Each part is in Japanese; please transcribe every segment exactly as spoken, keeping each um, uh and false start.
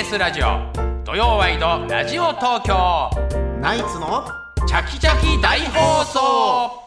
エス ラジオ土曜ワイドラジオ東京ナイツのチャキチャキ大放送。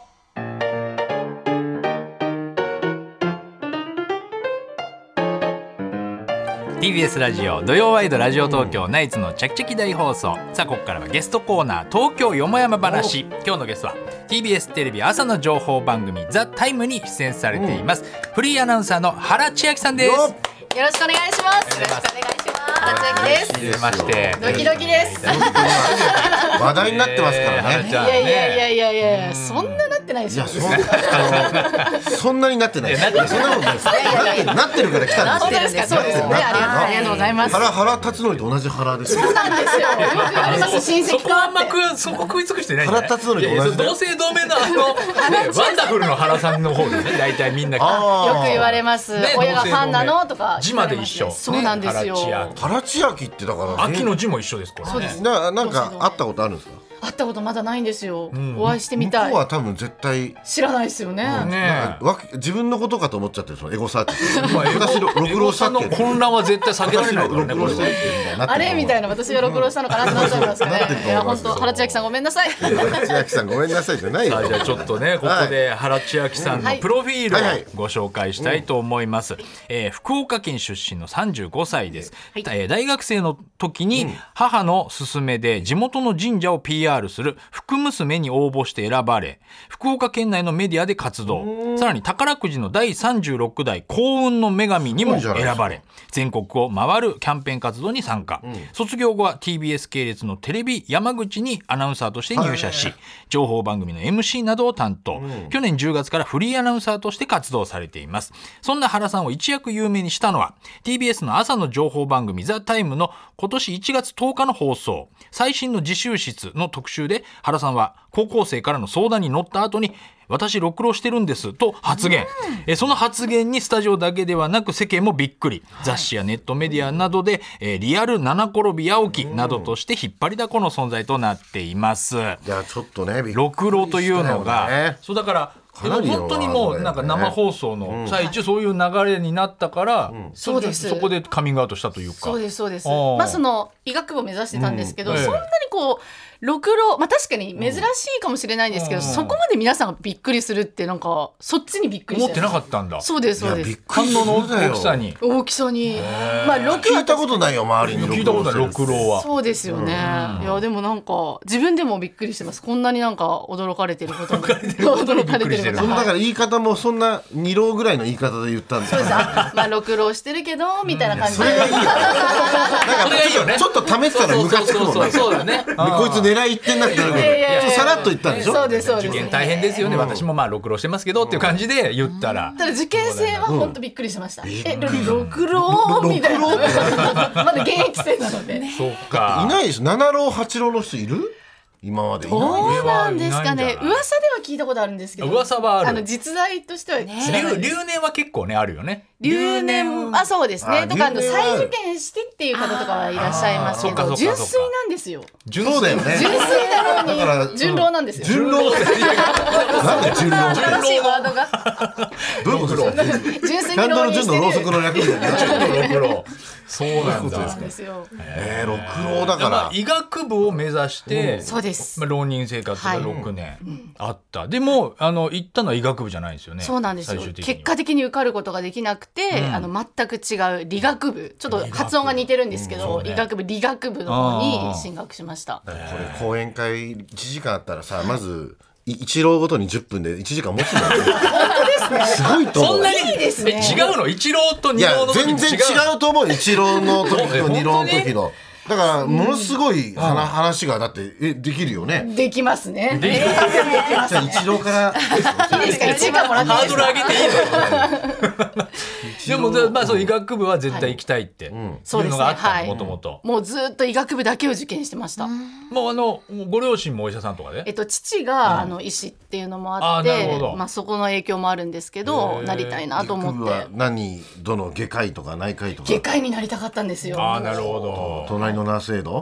ティービーエス ラジオ土曜ワイドラジオ東京、うん、ナイツのチャキチャキ大放送。さあここからはゲストコーナー東京よもやま話。今日のゲストは ティービーエス テレビ朝の情報番組ザ・タイムに出演されています、うん、フリーアナウンサーの原千秋さんです。 よろしくお願いします。よろしくお願いします原千秋です。 はじめまして。 ドキドキです。 話題になってますからね。 いやいやいやいやいやいや、そんななってないですよ。いや そ, んそんなになってないです。いやそんなことないです。なってるから来たんです。 なってるんですか。そうですよね。ありがとうございます。 原原辰徳と同じ原です。 そうなんですよ。あります親戚と。 そこあんまくそこ食い尽くしてないんじゃない。 原辰徳と同じ。 同姓同名のあのワンダフルの原さんの方でね、大体みんなよく言われます。親がファンなのとか。 字まで一緒。 そうなんですよ。 原千秋ってだから秋の字も一緒ですからね。 そうです。 ななんか会ったことあるんですか。 会ったことまだないんですよ、うん、お会いしてみたい。 向こうは多分絶対知らないですよね、 うん、ねわ自分のことかと思っちゃってるそのエゴサーチ私ろくろしたっけ。 混乱は絶対避けられないからね。これあれみたいな、私がろくろしたのかなってなっちゃいますかね。いや本当原千秋さんごめんなさい。 原千秋さんごめんなさいじゃないよ。 じゃあちょっとねここで原千秋さんのプロフィールをご紹介したいと思います、えー、福岡県出身のさんじゅうごさいです、はい。えー、大学生の時に母の勧めで地元の神社を ピーアール する福娘に応募して選ばれ、福岡県内のメディアで活動。さらに宝くじのだいさんじゅうろくだい幸運の女神にも選ばれ、全国を回るキャンペーン活動に参加、うん、卒業後は ティービーエス 系列のテレビ山口にアナウンサーとして入社し、情報番組の エムシー などを担当、うん、去年じゅうがつからフリーアナウンサーとして活動されています。そんな原さんを一躍有名にしたのは ティービーエス の朝の情報番組ザ・タイムの今年いちがつとおかの放送、最新の自習室の特集で原さんは高校生からの相談に乗った後に私ろくろしてるんですと発言、うん、えその発言にスタジオだけではなく世間もびっくり、はい、雑誌やネットメディアなどで、えー、リアル七転び八起きなどとして引っ張りだこの存在となっています。いやちょっとねろくろというのが、ね、そうだから本当にもうなんか生放送の最中そういう流れになったから、うん、そうです。そこでカミングアウトしたというか。 そうですそうです。まあその医学部を目指してたんですけど、うん、そんなにこうろくろ、まあ、確かに珍しいかもしれないんですけど、うん、そこまで皆さんがびっくりするってなんかそっちにびっくりして思ってなかったんだ。 そうですそうです。 反応の大きさに大きさに、 まあ、ろく聞いたことないよ周りに聞いたことないろくろは。 そうですよね、うん、いやでもなんか自分でもびっくりしてます。こんなになんか驚かれてることに驚かれてることに。 そのだから言い方もそんなに浪ぐらいの言い方で言ったんですよ。 そうです。まあろくろしてるけどみたいな感じで、うん、それがいいよ。 なんかちょっと試したらムカつくもんね。 そうだね。こいつ狙いいってんなってなるけど、さらっと言ったんでしょ。 そうですそうです。 受験大変ですよね、うん、私もまあろくろしてますけどっていう感じで言ったら、 ただ受験生は本当びっくりしました、うん、えろくろみたいなまだ現役生なので、ね、 そうかいないでしょ。なな浪はち浪の人いる今までいない。 どうなんですかね。噂では聞いたことあるんですけど、 噂はある。 あの実在としては、ね、 留, 留年は結構ねあるよね。 留年あそうですねとか、あの再受験してっていう方とかはいらっしゃいますけど、純粋なんですよ。 そうだよね。 純粋なのに純浪なんですよ。 純浪ってなんで純浪って新しいワードがどういうことですか。 純粋に浪人してる。 ろうそくの略みたいな。 ろくろそうなんだ。 そうですよ。 えー、ろく浪だから、 まあ、医学部を目指して、 うん、そうです、 まあ、浪人生活がろくねん、はい、あった。でもあの行ったのは医学部じゃないんですよね。 そうなんですよ。結果的に受かることができなくて、うん、あの全く違う理学部、ちょっと発音が似てるんですけど、うんね、医学部理学部の方に進学しました。 これ講演会いちじかんあったらさ、まずいち浪ごとにじゅっぷんでいちじかん持つんだよね。すごいと思う。 そんなにいいですね。 違うのいち浪とに浪の時違う。 いや全然違うと思う。いち浪の時とに浪の時の。だからものすごい、うん、話がだってえできるよね。 できますね。 できます。じゃあ一浪からいいですか。一時間もらっていいですか。 ハードル上げていいの。でもまあそう医学部は絶対行きたいっていうのがあったのもともと。 もうずっと医学部だけを受験してました。 もうあのご両親もお医者さんとかで。 えっと父が、うん、あの医師っていうのもあって、あまあそこの影響もあるんですけど、なりたいなと思って。医学部は何どの外科医とか内科医とか。 外科医になりたかったんですよ。 ああなるほど。 隣のナースエイド。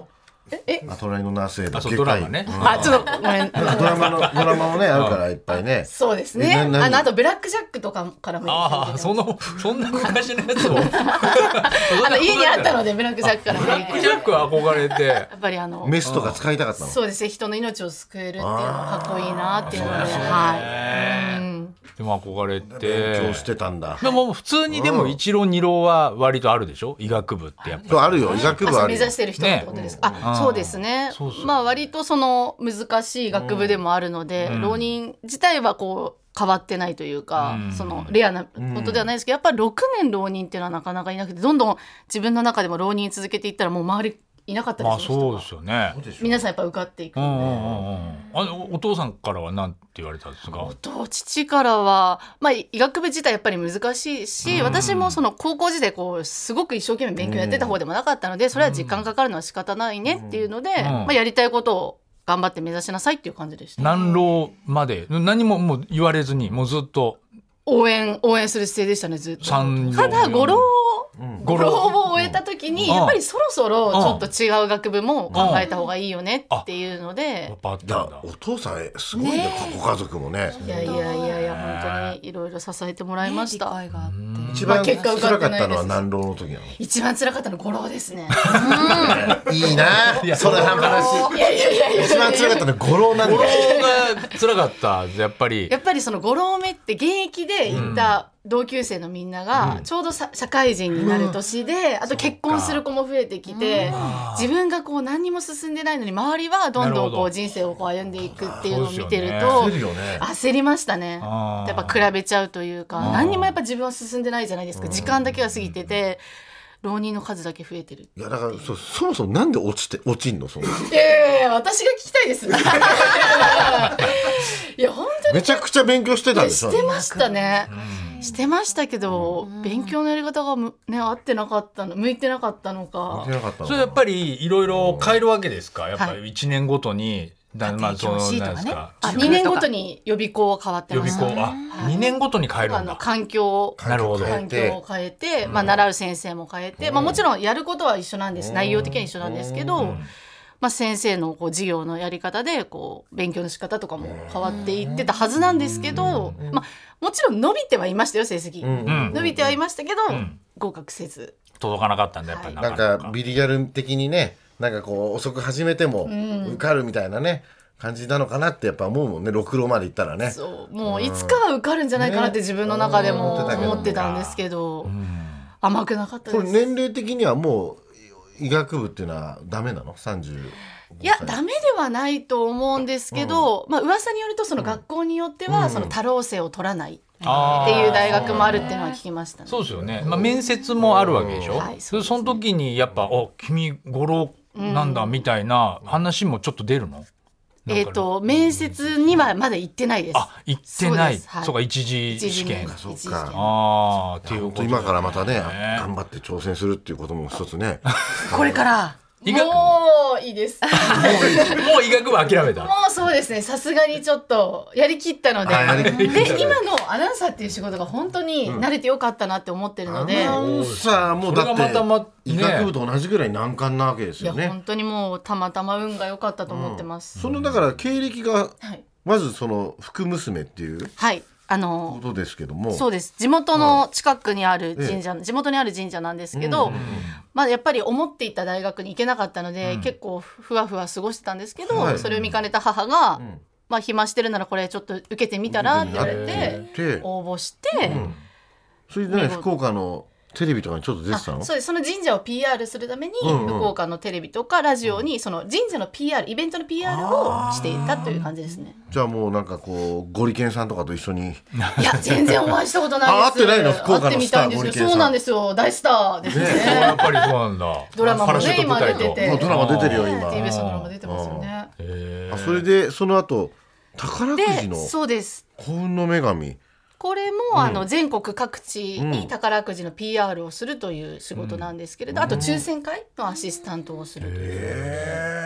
えあ隣のナースエイドドラマね。 あちょっとごめん。 ドラマのドラマもねあるからいっぱいね。 そうですね。あのあとブラックジャックとかからも。 ああそんなそんな昔のやつを。 あの家にあったのでブラックジャックから。 ブラックジャックは憧れて。 やっぱりあのメスとか使いたかったの。 そうですね人の命を救えるっていうのがかっこいいなっていうのではい。 でも憧れて勉強してたんだ。 でも普通にでも一浪二浪は割とあるでしょ医学部ってやっぱり。 あるよ医学部あるよ。 目指してる人ってことですか。あそうですね。まあ割とその難しい学部でもあるので浪人自体はこう変わってないというかそのレアなことではないですけどやっぱりろくねん浪人っていうのはなかなかいなくてどんどん自分の中でも浪人続けていったらもう周りいなかったですよ。 まあそうですよね。 皆さんやっぱ受かっていくので、うんうんうん、 あのお父さんからは何て言われたんですか。 お父父からは、まあ、医学部自体やっぱり難しいし、うん、私もその高校時代こうすごく一生懸命勉強やってた方でもなかったので、うん、それは時間かかるのは仕方ないねっていうので、うんまあ、やりたいことを頑張って目指しなさいっていう感じでした。 何浪まで何ももう言われずにもうずっと応援応援する姿勢でしたねずっと。 ただ五浪五浪を終えた時にやっぱりそろそろちょっと違う学部も考えた方がいいよねっていうので。 いやお父さんすごいねご家族もね。 いやいやいやいや本当にいろいろ支えてもらいました。 一番辛かったのは何浪の時なの。 一番辛かったのは五浪ですね。 いいなそれ話。 いやいやいやいや一番辛かったのは五浪なんだ。 五浪が辛かったやっぱり。 やっぱりその五浪目って現役で行った同級生のみんながちょうどさ社会人になる年で、あと結婚する子も増えてきて、自分がこう何にも進んでないのに周りはどんどんこう人生をこう歩んでいくっていうのを見てると焦りましたね。やっぱ比べちゃうというか何にもやっぱ自分は進んでないじゃないですか。時間だけは過ぎてて浪人の数だけ増えてる。 いやだからそそもそもなんで落ちて落ちんのその。 いやいや私が聞きたいです。いや本当にめちゃくちゃ勉強してたんでしょ。 してましたね。してましたけど勉強のやり方がむ、ね、合ってなかったの向いてなかったのか。 それやっぱりいろいろ変えるわけですか。やっぱりいちねんごとに。 だまあそのなんですか。あにねんごとに予備校は変わってます。 予備校あにねんごとに変えるんだ。 環境なるほど環境を変えて、まあ習う先生も変えて、まあもちろんやることは一緒なんです。内容的には一緒なんですけど。まあ、先生のこう授業のやり方でこう勉強の仕方とかも変わっていってたはずなんですけど、まあ、もちろん伸びてはいましたよ成績、うん、伸びてはいましたけど、うん、合格せず届かなかったんだやっぱり。 なんかビリギャル的にねなんかこう遅く始めても受かるみたいなね、うん、感じなのかなってやっぱ思うもんね。ろく浪まで行ったらね。 そうもういつかは受かるんじゃないかなって自分の中でも思ってたんですけど、うん、甘くなかったです。 これ年齢的にはもう医学部っていうのはダメなの？さんじゅういやダメではないと思うんですけど、うんまあ噂によるとその学校によってはその多浪生を取らないっていう大学もあるっていうのは聞きましたね。 そうですよね、まあ、面接もあるわけでしょ、うんはい そ, ね、その時にやっぱお君五浪なんだみたいな話もちょっと出るの？ えー、と面接にはまだ行ってないです。 あ行ってない。そう、はい、そうか一次試験。 そうかあっていうこと今からまたね頑張って挑戦するっていうことも一つねこれからもういいですもう医学部諦めた。 もうそうですねさすがにちょっとやりきったのでで今のアナウンサーっていう仕事が本当に慣れてよかったなって思ってるので、うん、 アナウンサーもだってまた、ね、医学部と同じぐらい難関なわけですよね。 いや本当にもうたまたま運が良かったと思ってます、 うん、そのだから経歴が、はい、まずその福娘っていうはいあのことですけども、 そうです地元の近くにある神社、はい、地元にある神社なんですけど、うんうんうんまあ、やっぱり思っていた大学に行けなかったので、うん、結構ふわふわ過ごしてたんですけど、はい、それを見かねた母が、うんまあ、暇してるならこれちょっと受けてみたらって言われて応募して、うん、 それでね福岡のテレビとかにちょっと出てたの？ そうです。その神社を ピーアール するために、うんうん、福岡のテレビとかラジオにその神社の ピーアール イベントの ピーアール をしていたという感じですね。 じゃあもうなんかこうゴリケンさんとかと一緒にいや全然お会いしたことないです。 会ってないの？福岡のスターゴリケンさん。 そうなんですよ大スターですね。ねやっぱりそうなんだ。 ドラマもね今出ててドラマ出てるよ今ティービーエス のドラマ出てますよね。 あそれでその後宝くじのそうです幸運の女神これも、あの全国各地に宝くじの ピーアール をするという仕事なんですけれど、あと抽選会のアシスタントをするという、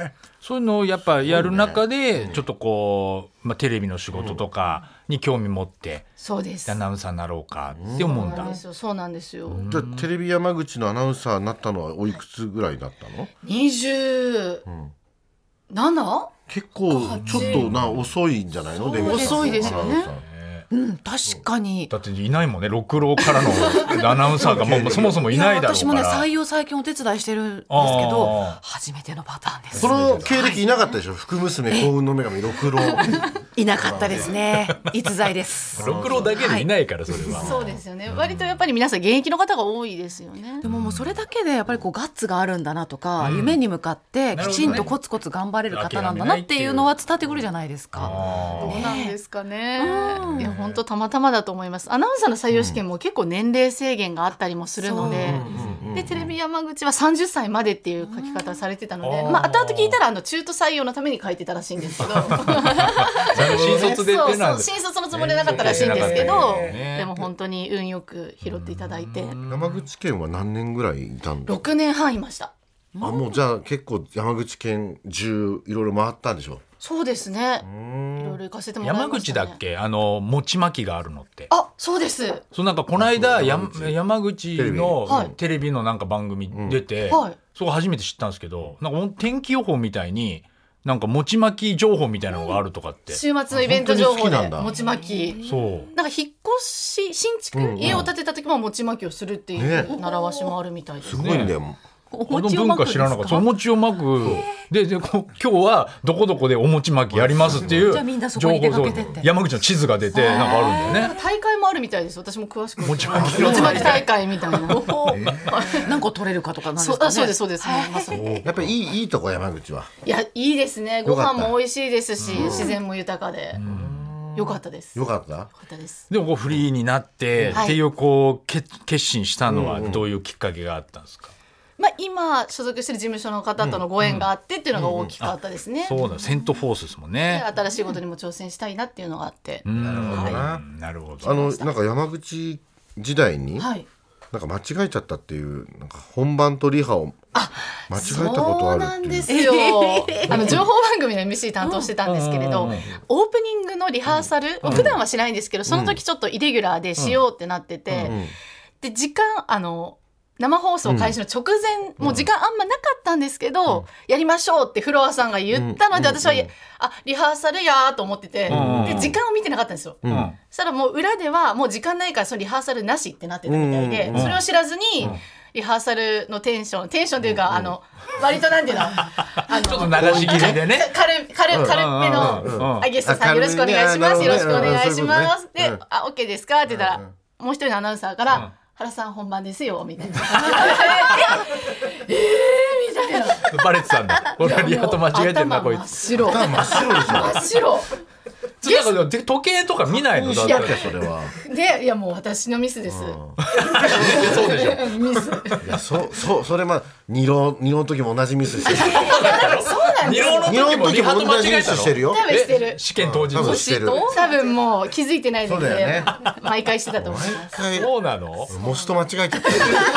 そういうのをやっぱやる中でちょっとこう、まあ、テレビの仕事とかに興味持って、 そうですアナウンサーになろうかって思うんだ。 そうなんですよ。 じゃあテレビ山口のアナウンサーになったのはおいくつぐらいだったの？ にじゅうなな？ 結構ちょっとな遅いんじゃないの？ 遅いですよね。 うん、確かに。 だっていないもんね、六郎からのアナウンサーがもうそもそもいないだろうから。 私もね、採用最近お手伝いしてるんですけど、初めてのパターンです。 その経歴いなかったでしょ？福娘幸運の女神六郎いなかったですね。逸材です。 六郎だけでいないから、それは。 そうですよね。割とやっぱり皆さん現役の方が多いですよね。 でももうそれだけでやっぱりこうガッツがあるんだなとか、夢に向かってきちんとコツコツ頑張れる方なんだなっていうのは伝わってくるじゃないですか。 どうなんですかね。いや本当たまたまだと思います。アナウンサーの採用試験も結構年齢制限があったりもするので、でテレビ山口はさんじゅっさいまでっていう書き方されてたので、まあ後々聞いたらあの中途採用のために書いてたらしいんですけど、 新卒でっていうのはそうそう新卒のつもりなかったらしいんですけど、でも本当に運よく拾っていただいて。 山口県は何年ぐらいいたんだ？ ろくねんはんいました。 あ、もうじゃあ結構山口県中いろいろ回ったんでしょ？ そうですね。いろいろ行かせてもらいましたね。 山口だっけ、あの餅巻きがあるのって。 あ、そうです。 そうなんかこの間山山口のテレビのなんか番組出て、 はい、 そこ初めて知ったんですけど、なんか天気予報みたいになんか餅巻き情報みたいなのがあるとかって。 週末のイベント情報で餅巻き。 そう。 なんか引っ越し新築、うんうん、家を建てた時も餅巻きをするっていう習わしもあるみたいです。 すごいんだよ。 お餅を巻くんですか？ 文化知らなかった。お餅を巻くでで今日はどこどこでお餅巻きやりますっていうじゃあみんなそこに出かけてって山口の地図が出てなんかあるんだよね。 大会もあるみたいです。私も詳しく餅巻き餅巻き大会みたいな。 何個取れるかとかなんですかね。 そうですそうです。 やっぱりいいいいとこ山口は。 いやいいですね。ご飯も美味しいですし自然も豊かで。よかったです。 よかった。 よかったです。 でもこうフリーになってっていうこう決決心したのはどういうきっかけがあったんですか？ まあ、今所属してる事務所の方とのご縁があってっていうのが大きかったですね。 そうだ、セントフォースですもんね。 新しいことにも挑戦したいなっていうのがあって。 なるほどな。 なるほど。 あのなんか山口時代に、 はい、 なんか間違えちゃったっていうなんか本番とリハを間違えたことあるっていう。そうなんですよ。あの情報番組の エムシー 担当してたんですけれど、オープニングのリハーサル、うん、普段はしないんですけど、その時ちょっとイレギュラーでしようってなってて、うんうん、で時間あの生放送開始の直前、うん、もう時間あんまなかったんですけど、うん、やりましょうってフロアさんが言ったので、うん、私は、うん、あリハーサルやと思ってて、うん、で時間を見てなかったんですよ、うん、そしたらもう裏ではもう時間ないからそのリハーサルなしってなってたみたいで、うん、それを知らずに、うん、リハーサルのテンションテンションというか、うん、あの割となんていうのあのちょっと流し切りでね軽軽軽めの、うん、あゲストさんよろしくお願いします、よろしくお願いします、で、うん、あ OK ですかって言ったら、うん、もう一人のアナウンサーから、うん原さん本番ですよみたいなえーみたいなバレてたんだ。これリハと間違えてるなこいつ。 真っ白真っ白でしょ真っ白だから時計とか見ないのだってそれはでいやもう私のミスです。 そうでしょミス。 いやそそそれまあ二浪二浪の時も同じミスしてる。 そうなんですよ。 二浪の時も間違えたのしてるよ。 多分してる。 試験当日もしてる。 多分もう気づいてないので毎回してたと思います。 そうなの？ 模試と間違えちゃった。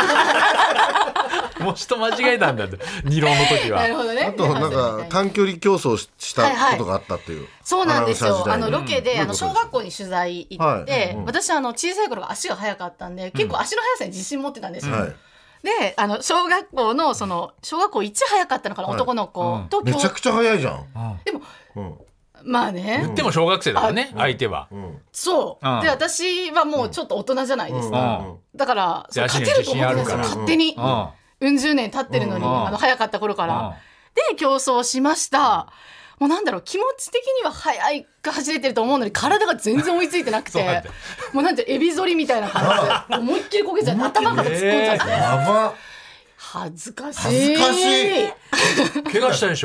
模試と間違えたんだって二浪の時は。 なるほどね。 あとなんか短距離競争したことがあったっていう。 そうなんですよ。あのロケであの小学校に取材行って、私あの小さい頃が足が速かったんで結構足の速さに自信持ってたんですよ。であの小学校のその小学校一早かったのかな、男の子とめちゃくちゃ速いじゃん。 でもまあね言っても小学生だからね相手は。 そうで私はもうちょっと大人じゃないですか。だから勝てると思ってたんですよ勝手に。うん十年経ってるのにあの早かった頃からで競争しました。もうなんだろう気持ち的には速いか走れてると思うのに体が全然追いついてなくてもうなんてエビ反りみたいな感じで思いっきりこけちゃって頭から突っ込んじゃって、 やば恥ずかしい恥ずかしい怪我したでしょ。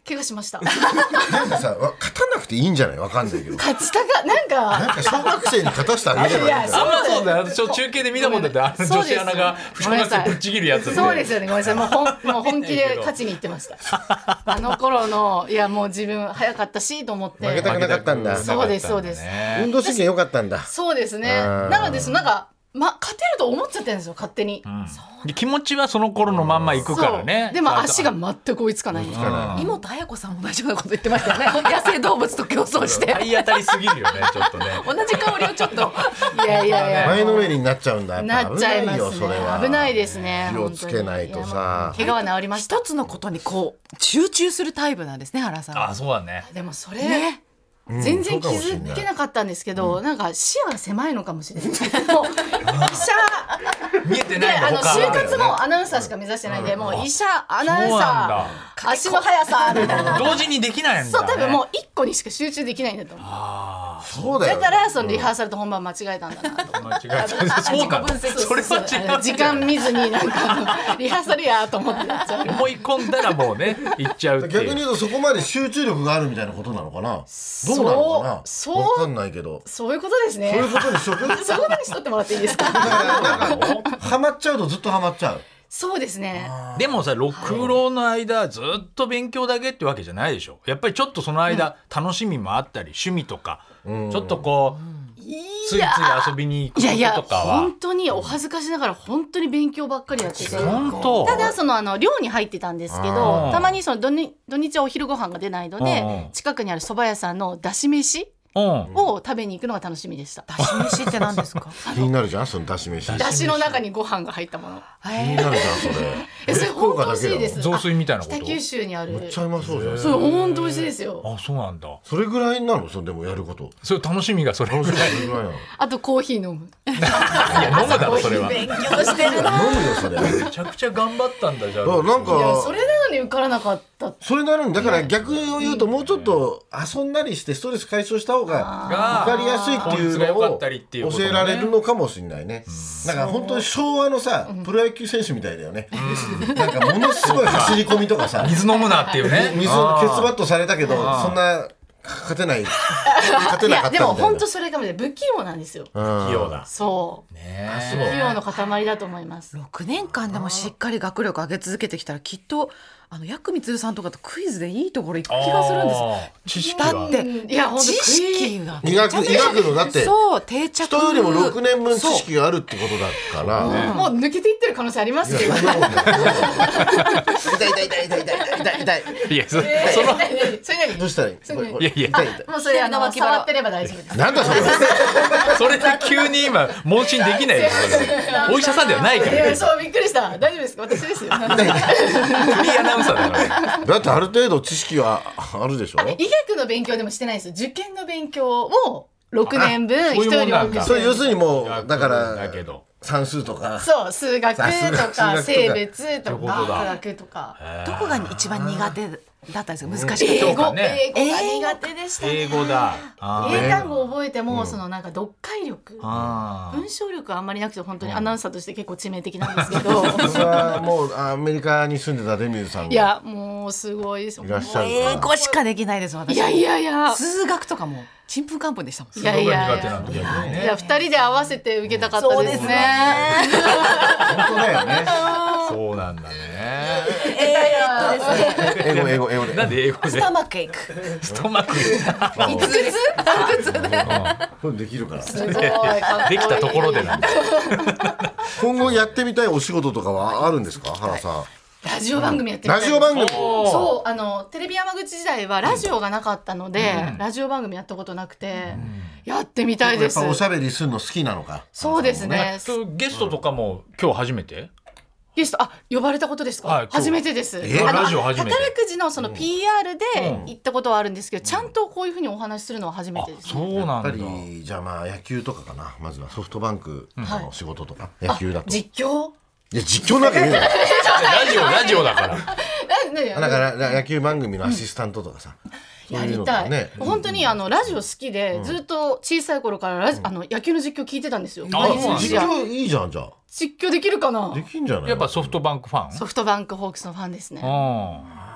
怪我しました。 なんかさ、わ勝たなくていいんじゃない？わかんないけど。 勝ちたかなんかなんか小学生に勝たせてあげればいいんだよ。 いやあんまそうだよ。私中継で見たことってあの女子アナが小学生ぶっちぎるやつって。 そうですよね。ごめんなさい。もうほんもう本気で勝ちに行ってました。あの頃のいやもう自分早かったしと思って。 負けたくなかったんだ。 そうですそうです。 運動神経良かったんだ。 そうですね。なのでそのなんか。ま、勝てると思っちゃってるんですよ勝手に、うん、 で気持ちはその頃のまんま行くからね。 でも足が全く追いつかないんですよ。 井本彩子さんも同じようなこと言ってましたよね。野生動物と競争して体当たりすぎるよねちょっとね。 同じ香りをちょっといやいやいや前のめりになっちゃうんだ。 なっちゃいますね。 それは危ないですね。 気をつけないとさ。 怪我は治りました。 一つのことにこう集中するタイプなんですね原さんは。 あ、そうだね。 でもそれ、ね全然気づけなかったんですけど、うん、なんか視野が狭いのかもしれない。もう医者見えてないの。 あの就活もアナウンサーしか目指してないんで、うん、もう医者アナウンサー足の速さみたいな同時にできないんだ、ね。 そう多分もう一個にしか集中できないんだと思う。 あそうだよ。 だからそのリハーサルと本番間違えたんだなと。 間違えた。そうか。それは違う。 時間見ずになんかリハーサルやと思って思い込んだらもうね行っちゃうっていう。 逆に言うとそこまで集中力があるみたいなことなのかな。どうなのかな。そうわかんないけど。 そういうことですね。 そういうことにしとく。 そういうことにしとってもらっていいですか。 なんかハマっちゃうとずっとハマっちゃう。 そうですね。 でもさ六浪の間ずっと勉強だけってわけじゃないでしょ。やっぱりちょっとその間、うん、楽しみもあったり趣味とか、うん、ちょっとこう、うん、ついつい遊びに行くこととかは。いやいや本当にお恥ずかしながら本当に勉強ばっかりやってて。 本当。 ただそのあの寮に入ってたんですけど、たまにその土日土日はお昼ご飯が出ないので近くにある蕎麦屋さんのだし飯。を食べに行くのが楽しみでした。 だし飯って何ですか？ 気になるじゃんそのだし飯。 だしの中にご飯が入ったもの。 気になるじゃんそれ。 えそれ本当美味しいです。 雑炊みたいなこと。 北九州にある。 めっちゃうまそうじゃん。 そう本当美味しいですよ。 あそうなんだ。 それぐらいなのそれでもやること。 それ楽しみがそれぐらい。 あとコーヒー飲む。 いや飲むだろそれは。 勉強してるな。 飲むよそれ。 めちゃくちゃ頑張ったんだじゃあ。 なんかいやそれなのに受からなかった。 それなのにだから逆を言うともうちょっと遊んだりしてストレス解消した方が。分かりやすいっていうのを教えられるのかもしれないね。なんか本当に昭和のさプロ野球選手みたいだよね。なんかものすごい走り込みとかさ水飲むなっていうね。 水をケツバットされたけどそんな勝てない勝てなかったみたいな。 いやでも本当それが不器用なんですよ。 不器用だ。 そう不器用の塊だと思います。 ろくねんかんでもしっかり学力上げ続けてきたらきっとあの薬味さんとかとクイズでいいところ行く気がするんです。 知識だっていや本当知識が医学医学のだってそう定着人よりもろくねんぶん知識があるってことだから、 もう抜けていってる可能性ありますけど。 痛い痛い痛い痛い痛い痛い痛い痛い。 いやそのそれ何どうしたらいい？ いやいやもうそれあの触ってれば大丈夫です。 なんだそれ。 それで急に今問診できないよお医者さんではないから。 そうびっくりした。大丈夫ですか？私ですよ。フリーアナウンサーだから。 だってある程度知識はあるでしょ。 医学の勉強でもしてないです。受験の勉強をろくねんぶん人より多く。 それ要するにもうだから算数とかそう数学とか生物とか科学とか。 どこが一番苦手だったんですか？難しい。 英語英語が苦手でしたね。 英語だ。 英単語を覚えてもそのなんか読解力文章力はあんまりなくて本当にアナウンサーとして結構致命的なんですけど。 それはもうアメリカに住んでたデミューさんがいやもうすごいです。 いらっしゃる。 英語しかできないです私。 いやいやいや数学とかもちんぷんかんぷんでしたもん。 いやいやいやいや二人で合わせて受けたかったですね。 本当だよね。 そうなんだね。 英語英語英語で。 なんで英語で。 ストマックエイク。 ストマック。 いくつ？いくつで。 これできるから。 すごい。できたところでなんだ。 今後やってみたいお仕事とかはあるんですか、原さん。 ラジオ番組やってみたい。 ラジオ番組。 そうあのテレビ山口時代はラジオがなかったので、うん、ラジオ番組やったことなくて、うん、やってみたいです。 やっぱおしゃべりするの好きなのか。 そうですね。 ゲストとかも今日初めて？ ゲストあ呼ばれたことですか？はい、初めてです。 えー、ラジオ初めて。 宝くじのその ピーアール で行ったことはあるんですけど、うん、ちゃんとこういうふうにお話しするのは初めてです、 ね。そうなんだ。 やっぱりじゃあまあ野球とかかな。まずはソフトバンクの仕事とか、うん、野球だと。 実況？ いや実況なんか言うの。ラジオラジオだから。 だから野球番組のアシスタントとかさ。 うん、やりたい、ね、本当にあのラジオ好きで、うん、ずっと小さい頃からラジ、うん、あの野球の実況聞いてたんですよ。 あ実況いいじゃん。じゃあ実況できるかな。 できんじゃない。 やっぱソフトバンクファン。 ソフトバンクホークスのファンですね。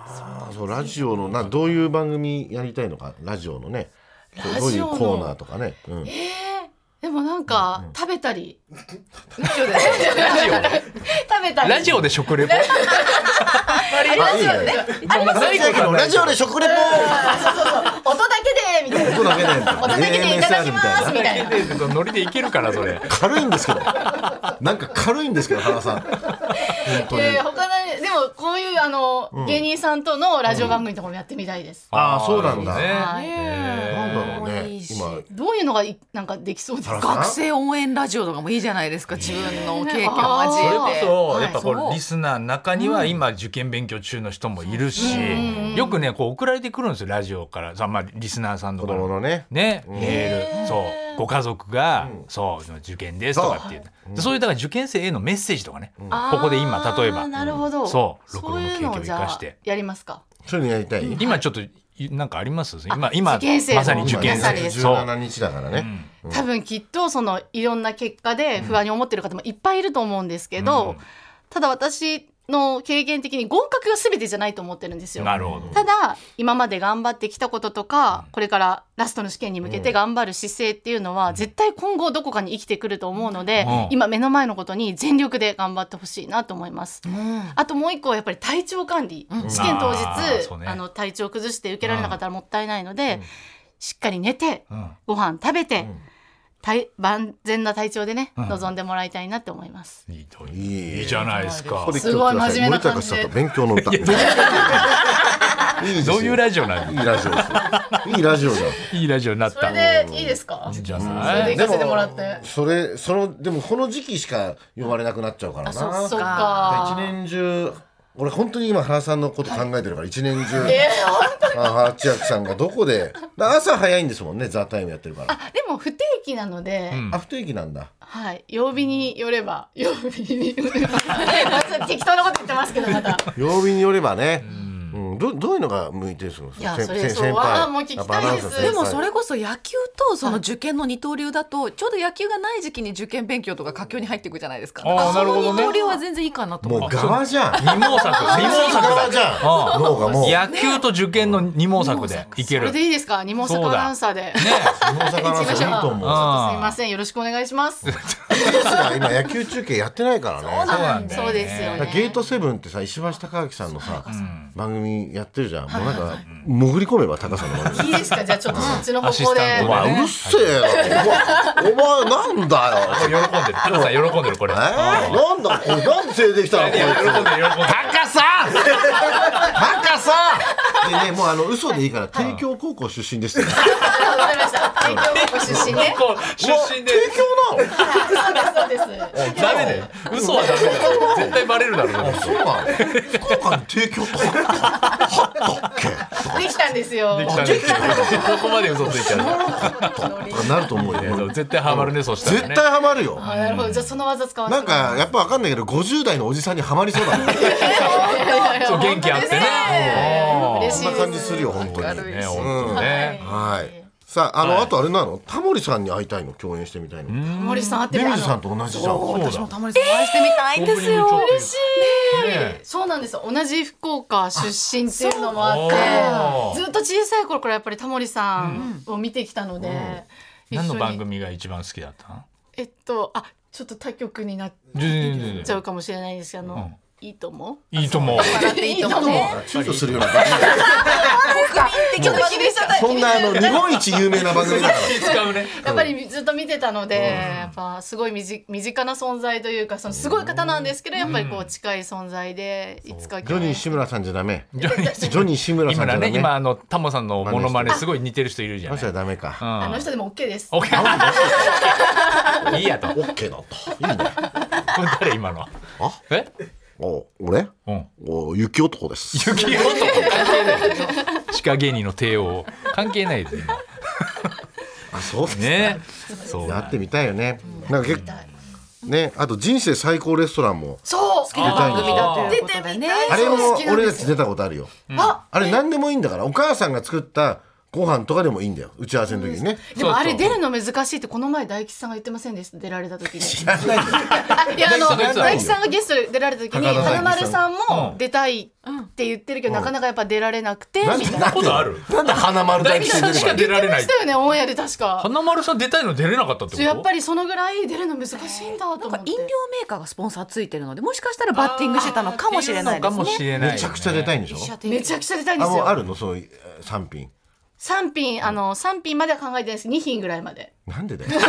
あそうラジオのなどういう番組やりたいのかラジオのねどういうコーナーとかね、うん、 えー、でもなんか、うん、食べたりラジオで食べたりラジオで食レポラジオでねラジオで食レポそうそうそう音だけでみたいな音だけで音だけでいただきますみたいなノリでいけるからそれ軽いんですけどなんか軽いんですけど原さん本当に、 えー、他のでもこういうあの、うん、芸人さんとのラジオ番組とかもやってみたいです、 うん、ああそうなんだ、 はい、 なんだろうね今どういうのがなんかできそうですか。 学生応援ラジオとかもいいじゃないですか自分の経験を交えてそれこそやっぱこれリスナーの中には今受験勉強中の人もいるし、うん、よくねこう送られてくるんですよラジオからさ、まあ、リスナーさんとかの子供のね、 ねメールそうご家族が、うん、そう受験ですとかっていうそう、そういうだから受験生へのメッセージとかね、うん、ここで今例えばなるほどそうろくろの経験を生かしてやりますか。 そういうのやりたい、うん、 今ちょっとなんかあります今今まさに受験生じゅうななにちだからね、 うん、多分きっとそのいろんな結果で不安に思ってる方もいっぱいいると思うんですけど、うん、ただ私の経験的に合格が全てじゃないと思ってるんですよ。 なるほど。 ただ今まで頑張ってきたこととか、うん、これからラストの試験に向けて頑張る姿勢っていうのは、うん、絶対今後どこかに生きてくると思うので、うん、今目の前のことに全力で頑張ってほしいなと思います、うん、あともう一個はやっぱり体調管理、うん、試験当日 あ,、ね、あの体調崩して受けられなかったらもったいないので、うん、しっかり寝て、うん、ご飯食べて、うん万全な体調でね、うん、臨んでもらいたいなって思います。 いいといい、いいじゃないですか。 すごい真面目な感じで。 勉強の歌。いいどういうラジオなの？ いいラジオです。いいラジオだ。 いいラジオになった。 それでいいですか？ じゃあ、 それで行かせてもらって。 それそのでもこの時期しか呼ばれなくなっちゃうからな。 そっか。 一年中。俺本当に今原さんのこと考えてるから一年中、 えー、原千秋さんがどこで朝早いんですもんねザ・タイムやってるから。 あでも不定期なので、 うん、あ不定期なんだ。 はい曜日によれば曜日によれば適当なこと言ってますけどまた曜日によればね、うんうん、ど, どういうのが向いてるんですか。 いやそれそうはもう聞きたいです。 でもそれこそ野球とその受験の二刀流だとちょうど野球がない時期に受験勉強とか佳境に入っていくじゃないですか。 あなるほどね。 その二刀流は全然いいかなと思う。 もう側じゃん。 二毛作二毛作だじゃん。脳がもう野球と受験の二毛作でいける。 それでいいですか。二毛作アナウンサーで。ね。 二毛作アナウンサーいいと思う。 すいませんよろしくお願いします。 今野球中継やってないからね。 そうなんそうですよね。 ゲートセブンってさ石橋貴明さんのさ番組やってるじゃん。もうなんか潜り込めば高さの番組。 いいですか。じゃあちょっとそっちの方向で。 お前うるせえな。お前なんだよ。 喜んでる。高さん喜んでるこれ。 なんだこれなんで連れてきたの。喜んでる喜んでる。高さん。高さん。でねもうあの嘘でいいから帝京高校出身です。 わかりました。帝京高校出身ね。 出身で。 帝京なの。 そうですそうです。 ダメで。嘘はダメだよ。絶対バレるだろう。 そうなの。福岡に帝京とはったっけ。 できたんですよ。 できたんですよ。ここまで嘘ついちゃう。なると思うよ。 絶対ハマるねそしたらね。 絶対ハマるよ。 あなるほど。じゃあその技使わせて。 なんかやっぱわかんないけどごじゅう代のおじさんにハマりそうだね。 そう元気あってね。 嬉しいです。 そんな感じするよ本当に。 ね本当ね。 はい。さああのあとあれなのタモリさんに会いたいの共演してみたいの。タモリさん会ってみたいの。 レミズさんと同じじゃん。 私もタモリさんお会いしてみたいんですよ。 嬉しい。そうなんですよ。同じ福岡出身っていうのもあってずっと小さい頃からやっぱりタモリさんを見てきたので。 何の番組が一番好きだったの？ えっとあちょっと他局になっちゃうかもしれないですけど、あのいいともいいともいいとも躊躇するような番組。そんなあの日本一有名な番組だから。 やっぱりずっと見てたので、やっぱすごい身近な存在というか、そのすごい方なんですけど、やっぱりこう近い存在でいつか。 ジョニー志村さんじゃダメ。ジョニー志村さんじゃダメ。 今ね今あのタモさんのモノマネすごい似てる人いるじゃん。 あの人はダメか。 あの人でも OK です。 いいやと。 OK だった。いいね。 これ誰今の？あ？え？ お俺？うん。お雪男です。 雪男関係ない。地下芸人の帝王関係ないです今。 あそうですね。 そうやってみたいよね。なんか結構ねあと人生最高レストランもそう好きな番組だということでね。あれも俺たち出たことあるよ。ああれ何でもいいんだからお母さんが作ったご飯とかでもいいんだよ、打ち合わせの時にね。 でもあれ出るの難しいってこの前大吉さんが言ってませんでした、出られた時に。 知らないよいやあの大吉さん大吉さんがゲストで出られた時に高田花丸さんうもん出たいって言ってるけど、なかなかやっぱ出られなくて、 なんでみたいな。 ことある？ なんで花丸大吉大吉さんしか出られないしたよね、オンエアで確か。 花丸さん出たいの出れなかったってこと？ やっぱりそのぐらい出るの難しいんだと思って。 なんか飲料メーカーがスポンサーついてるので、もしかしたらバッティングしてたのかもしれないですかもしね。 れないよね。 めちゃくちゃ出たいんでしょ。 めちゃくちゃ出たいんであ、 すよ。 もうあるのそういうえーさん品。 さん品、あのさん品までは考えてないですけどに品ぐらいまで。 なんでだよ。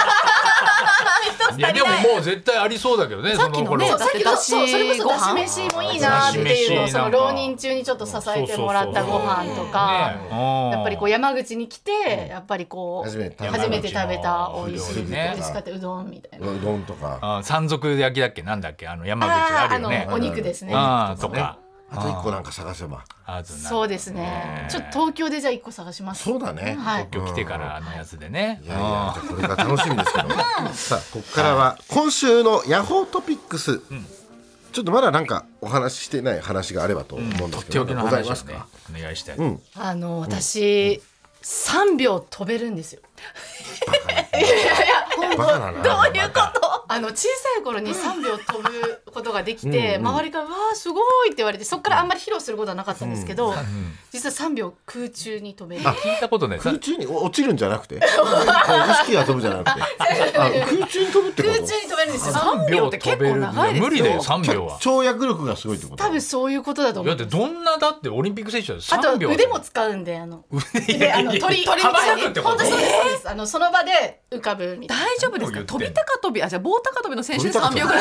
いやでももう絶対ありそうだけどね。 さっきのねその頃さっきのだってそうそれこそご飯だし飯もいいなっていうのを、 だし飯その浪人中にちょっと支えてもらったご飯とか、 ねやっぱりこう山口に来てやっぱりこう初めて食べた初めて食べた美味しい、 ね美味しかったうどんみたいな。 うどんとか。 あ山賊焼きだっけ、なんだっけ、あの山口ああーるよねあのお肉ですね。 あーとかあと一個なんか探せば。 あずなそうですね。ちょっと東京でじゃあ一個探します。 そうだね。 はい。 今日来てからあのやつでね。 いやいや、じゃあこれから楽しみですけど。さあ、ここからは今週のヤホートピックス。ちょっとまだなんかお話ししてない話があればと思うんですけど、 とっておきのござい話をねますか。 お願いしたい。 うん。 あの私さんびょう飛べるんですよ。 バカだな。どういうこと？ あの小さい頃にさんびょう飛ぶことができて、周りから「わあすごい」って言われて、そこからあんまり披露することはなかったんですけど、実はさんびょう空中に飛べる。 聞いたことね。 空中に落ちるんじゃなくて、意識が飛ぶじゃなくて、あ、空中に飛ぶってこと？ 空中に飛べるんですよ。 さんびょうって結構長いですよ。無理だよさんびょうは。 跳躍力がすごいってこと？ 多分そういうことだと思う。 だってどんなだってオリンピック選手だとあとさんびょう。 腕も使うんで、あのいであやいやいやの鳥鳥み羽ばたいにたくってこと本当そうですそうです。あのその場で浮かぶみたいな。 大丈夫ですか？飛び高跳び、あ、じゃあ棒高跳びの選手でさんびょうぐらい。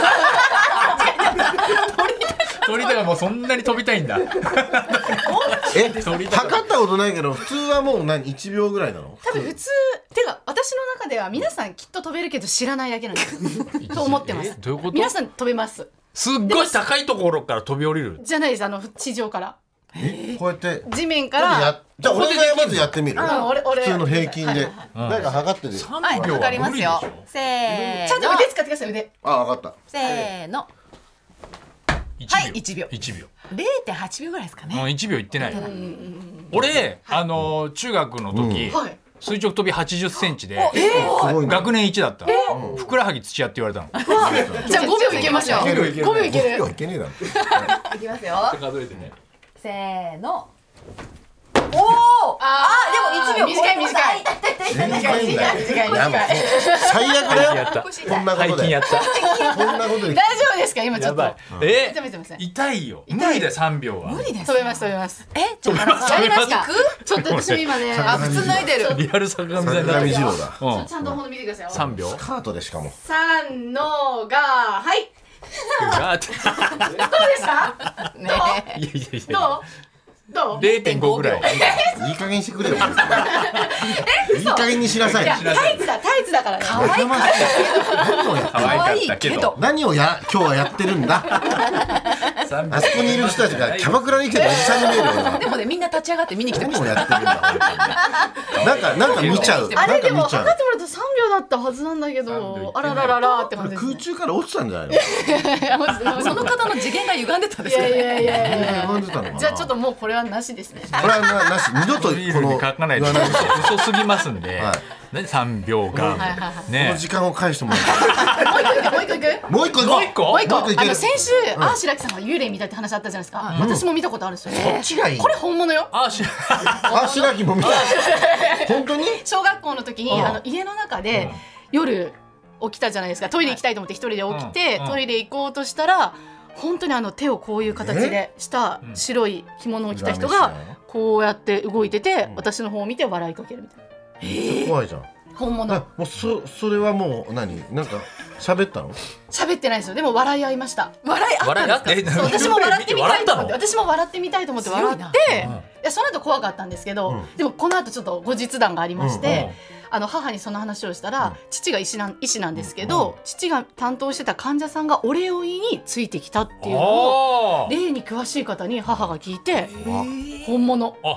鳥だからもうそんなに飛びたいんだ。 え、測ったことないけど、普通はもう何いちびょうぐらいなの？ 多分普通てか私の中では皆さんきっと飛べるけど知らないだけなんですと思ってます。 えどういうこと？ 皆さん飛べます。 すっごい高いところから飛び降りる。 じゃないです。あの地上からこうやって。 地面かやら。 じゃあ俺がまずやってみる。 あ俺俺普通の平均ではいはい。 なんか測ってる。 さんはい、 びょうわかりますよ。せーの。 ちゃんと腕使ってください。腕。 あ、分かっせーの。はいいちびょう。 いちびょう。 れいてんはちびょうぐらいですかね。 うんいちびょういってない。俺あの中学の時はい。 垂直跳びはちじゅっセンチでた。すごいね。 学年いちだったの。ふくらはぎ土屋って言われたの。 じゃあごびょういけますよ。 いけるいけるごびょういける。 いけねえだろ。 いきますよ。 数えてね。 せーの。おお。あー、でもいちびょう。 短い短い。 全然短い短い短い短い。 最悪だよ。 やった。 こんなことで。 背筋やった。 こんなことで。 大丈夫ですか今ちょっと。 やばい。えすみませんすみません痛いよ。無理だよさんびょうは。 無理です。 飛べます飛べます。 え、じゃあますやりますか飛べま。 ちょっと私も今ね。 あ普通脱いでる。 リアル坂上さんにな坂ってる。 上二郎だ。 うん。 ちゃんとほんと見てくださいよ。 さんびょう。 カートでしかも。 三のがはい。 ガーって。 どうでした？ ね。 いやいやいや。 どう？どう？ れいてんごぐらい。 いい加減にしてくれよ。いい加減にしなさい。 いやタイツだタイツだからね。 可愛いか何をや可愛かったけど。 何をや今日はやってるんだ。あそこにいる人たちがキャバクラに来てるおじさんに見えるよ。 でもね、みんな立ち上がって見に来てました。 何をやってるんだ本当に。なんかなんか見ちゃう。なんあれでもか見ちゃう。 測ってもらうと三秒だったはずなんだけど、あららららって感じですね。 空中から落ちたんじゃないの？ その方の次元が歪んでたんですかいやいやいね。 やいやいや。 歪んでたのかな。 じゃあちょっともうこれはなしですね。 これはななし二度とこビールにの書かないと言わないで嘘すぎますんでは。 ねさんびょうがはいはいはい。 こねの。時間を返してもらって。 もう一個いく？ もう一個行こう。 もう一個もう一個。 もう一個いけるあの先週あー白木さんが幽霊見たって話あったじゃないですか。私も見たことあるんですよ。 こっちがいい。 これ本物よ。 あし。 あ、白木も見た。本当に？ 小学校の時にあの家の中で夜起きたじゃないですか。トイレ行きたいと思って一人で起きてうんトイレ行こうとしたら本当にあの手をこういう形でした白い着物を着た人がこうやって動いてて私の方を見て笑いかけるみたいな。 怖いじゃん。 本物。 あ、もうそそれはもう何なんか喋ったの？ 喋ってないですよ。でも笑い合いました。 笑いあった笑いあって。 そう私も笑ってみたいと思って笑っ私も笑ってみたいと思って笑って強いいやその後怖かったんですけど、 うんでもこの後ちょっと後日談がありましうんうんて、あの母にその話をしたら、父が医師なん医師なんですけど、父が担当してた患者さんがお礼を言いについてきたっていうのをあ霊に詳しい方に母が聞いて本物あ。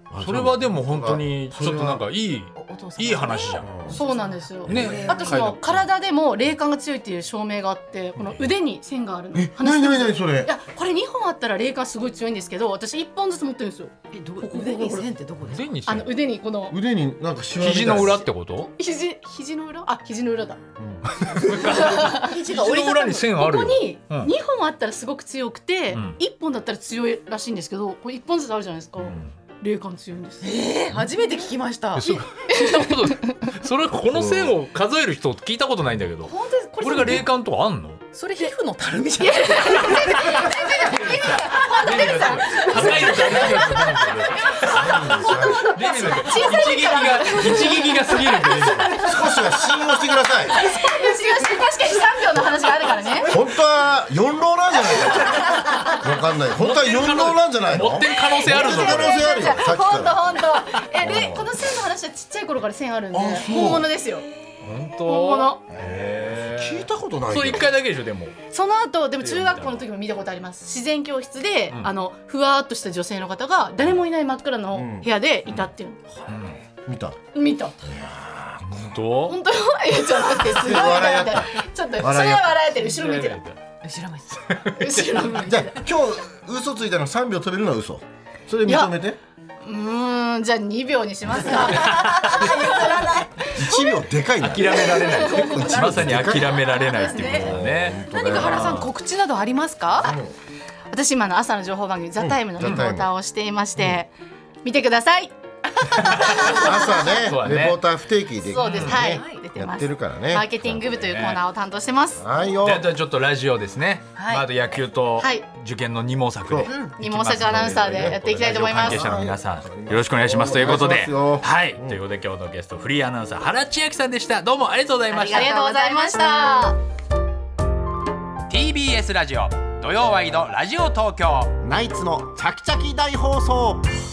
それはでも本当にちょっとなんかいいいい話じゃん。 そうなんですよ、 ね、 あとその体でも霊感が強いっていう証明があって、この腕に線があるの。 え、なになになにそれ。 いや、これにほんあったら霊感すごい強いんですけど、私いっぽんずつ持ってるんですよ。 え、ど腕に線ってどこですか？ あの腕にこの腕になんかシワみたい肘の裏ってこと？ 肘肘の裏？あ、肘の裏だ。 肘の裏に線あるよ。 ここににほんあったらすごく強くて、いっぽんだったら強いらしいんですけど、これいっぽんずつあるじゃないですか。霊感強いんです。 えー、初めて聞きました。 そそれこの線を数える人聞いたことないんだけど。 本当です。 これが霊感とかあんの？ それ皮膚のたるみじゃない。 高いの一撃が一撃が過ぎるんで。 少しは信用してください。 確かにさんびょうの話があるからね。 本当は四浪なんじゃないか。わかんない。本当は四浪なんじゃないの？ 持ってる可能性あるぞ。 可能性あるよ。さっきから。 本当本当。え、でこの線の話はちっちゃい頃から線あるんで本物ですよ。 本当？ 本物。 聞いたことない。 そう一回だけでしょでも。 その後でも中学校の時も見たことあります。自然教室で、うん、あのふわっとした女性の方が誰もいない真っ暗の部屋でいたっていう。 うんうん、見た。 見た。 本当？ 本当？え、ちょっと待ってすごい笑いちょっとそれは笑えてる。後ろ向いてる。 後ろ向いてる。 後ろ向いてる。 じゃあ今日嘘ついたのさんびょう飛べるのは嘘。それ認めて。 うーん、じゃあにびょうにしますか。 いちびょうでかいな。 諦められない。まさに諦められないっていうことだね。 何か原さん告知などありますか？ 私今の朝の情報番組ザタイムのリポーターをしていまして、見てください。 朝ね、レポーター不定期でそうです、はい、出てます。 やってるからね。 マーケティング部というコーナーを担当してます。 はいよ。 じゃあちょっとラジオですね。あと野球と受験の二毛作で、 二毛作アナウンサーでやっていきたいと思います。 関係者の皆さんよろしくお願いしますということで、はい、ということで今日のゲストフリーアナウンサー原千秋さんでした。どうもありがとうございました。 ありがとうございました。 ティービーエス ラジオ土曜ワイドラジオ東京ナイツのチャキチャキ大放送。